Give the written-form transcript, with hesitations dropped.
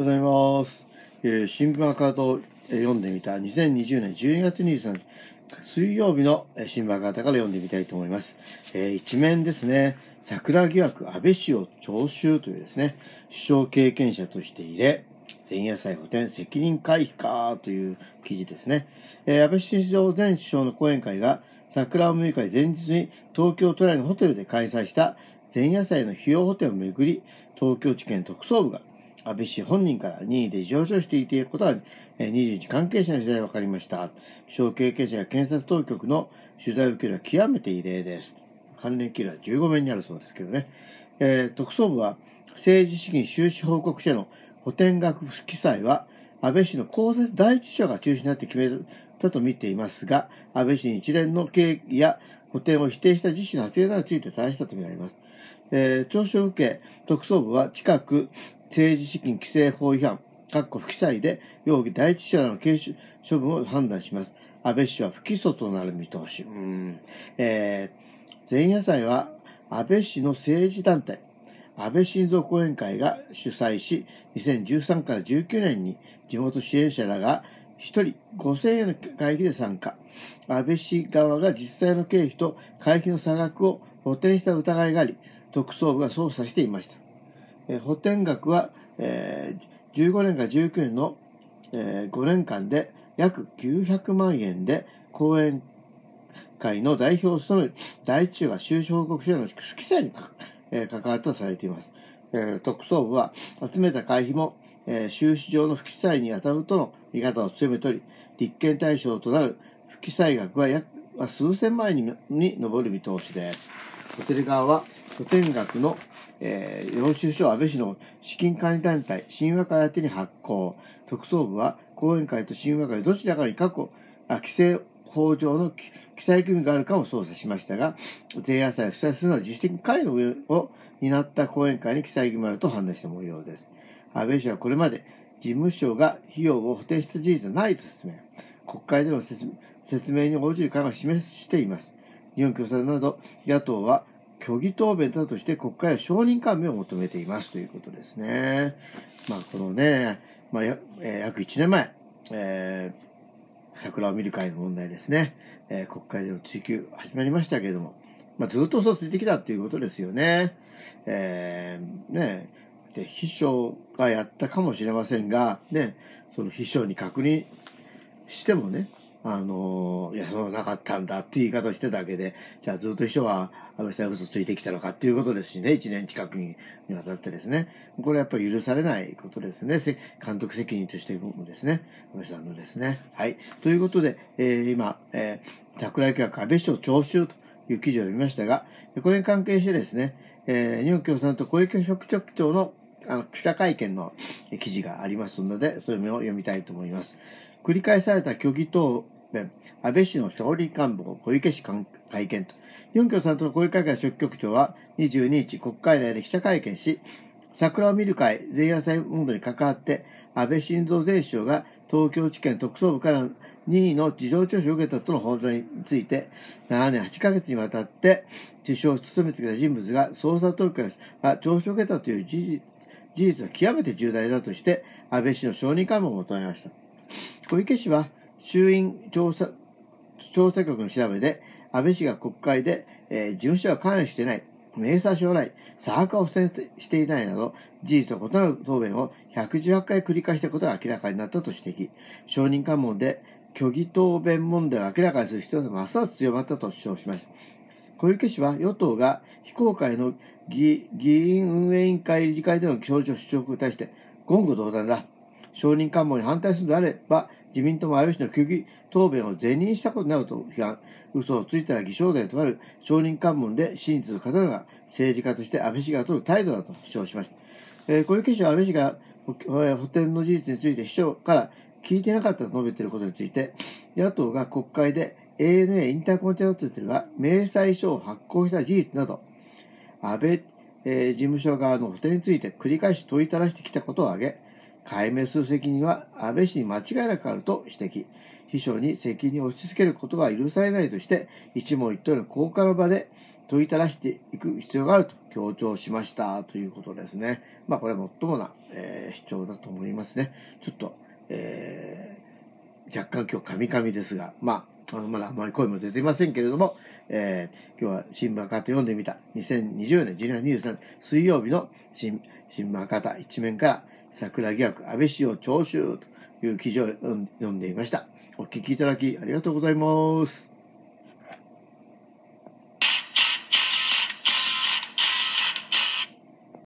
おはようございます。新聞赤旗を読んでみた2020年12月23日水曜日の新聞赤旗から読んでみたいと思います。一面ですね、桜疑惑安倍氏を徴収というですね、首相経験者として入れ、前夜祭補填責任回避かという記事ですね。安倍晋三前首相の講演会が桜を見る会前日に東京都内のホテルで開催した前夜祭の費用補填をめぐり、東京地検特捜部が安倍氏本人から任意で上昇していていることが20日関係者の取材で分かりました。首相経験者や検察当局の取材を受けるのは極めて異例です。関連記録は15面にあるそうですけどね。特捜部は政治資金収支報告書の補填額不記載は安倍氏の公設第一秘書が中心になって決めたと見ていますが、安倍氏に一連の経緯や補填を否定した自身の発言などについて正したとみられます。聴取を受け、特捜部は近く政治資金規正法違反、不記載で容疑第一秘書らの刑事処分を判断します。安倍氏は不起訴となる見通し。前夜祭は安倍氏の政治団体、安倍晋三後援会が主催し、2013から19年に地元支援者らが1人5000円の会費で参加。安倍氏側が実際の経費と会費の差額を補填した疑いがあり、特捜部が捜査していました。補填額は、15年から19年の、5年間で約900万円で、後援会の代表を務める第一秘書が収支報告書への不記載に関わったとされています。特捜部は集めた会費も、収支上の不記載に当たるとの見方を強めており、立件対象となる不記載額は約数千万円に上る見通しです。ホテル側は補填額の、領収書を安倍氏の資金管理団体、親和会宛てに発行。特捜部は後援会と親和会どちらかに規正法上の記載義務があるかも捜査しましたが、前夜祭を主催するのは自主的に会の上を担った後援会に記載義務があると判断した模様です。安倍氏はこれまで事務所が費用を補填した事実はないと説明。国会での説明に応じる考えを示しています。日本共産党など野党は虚偽答弁だとして国会は証人喚明を求めていますということですね。このね、約1年前、桜を見る会の問題ですね。国会での追及始まりましたけれども、ずっと嘘ついてきたということですよね。で秘書がやったかもしれませんが、その秘書に確認してもね、そうなかったんだっていう言い方をしてたわけで、じゃあずっと秘書は安倍さん嘘ついてきたのかっていうことですしね、1年近くにわたってですね、これはやっぱり許されないことですね、監督責任としてもですね、安倍さんのですね。はい。ということで、今、桜井企画安倍氏を徴収という記事を読みましたが、これに関係してですね、日本共産党小池書記局長の記者会見の記事がありますので、それを読みたいと思います。繰り返された虚偽答弁、安倍氏の勝利幹部を小池氏会見と。日本共産党の小池会書記局長は22日国会内で記者会見し、桜を見る会前夜祭問題に関わって安倍晋三前首相が東京地検特捜部から任意の事情聴取を受けたとの報道について、7年8ヶ月にわたって首相を務めてきた人物が捜査当局から聴取を受けたという事実は極めて重大だとして安倍氏の証人喚問を求めました。小池氏は衆院調査局の調べで、安倍氏が国会で、事務所は関与していない、明細書はない、差額をしていないなど、事実と異なる答弁を118回繰り返したことが明らかになったと指摘。証人喚問で虚偽答弁問題を明らかにする必要がますます強まったと主張しました。小池氏は与党が非公開の議員運営委員会理事会での教授主張に対して、言語道断だ。証人喚問に反対するのであれば、自民党も安倍氏の虚偽答弁を是認したことになると批判。嘘をついたら偽証罪となる証人喚問で真実を語るのが政治家として安倍氏が取る態度だと主張しました。小池氏は安倍氏が補填の事実について秘書から聞いていなかったと述べていることについて、野党が国会で ANA インターコンチャンネルが明細書を発行した事実など、安倍、事務所側の補填について繰り返し問いただしてきたことを挙げ、解明する責任は安倍氏に間違いなくあると指摘。秘書に責任を押し付けることは許されないとして、一問一答の公開の場で問いただしていく必要があると強調しましたということですね。これは最もな、主張だと思いますね。ちょっと、若干今日カミカミですが、まだあまり声も出ていませんけれども、今日は新聞赤旗読んでみた2020年12月23日水曜日の新聞赤旗一面から桜疑惑安倍氏を聴取という記事を読んでいました。お聞きいただきありがとうございます。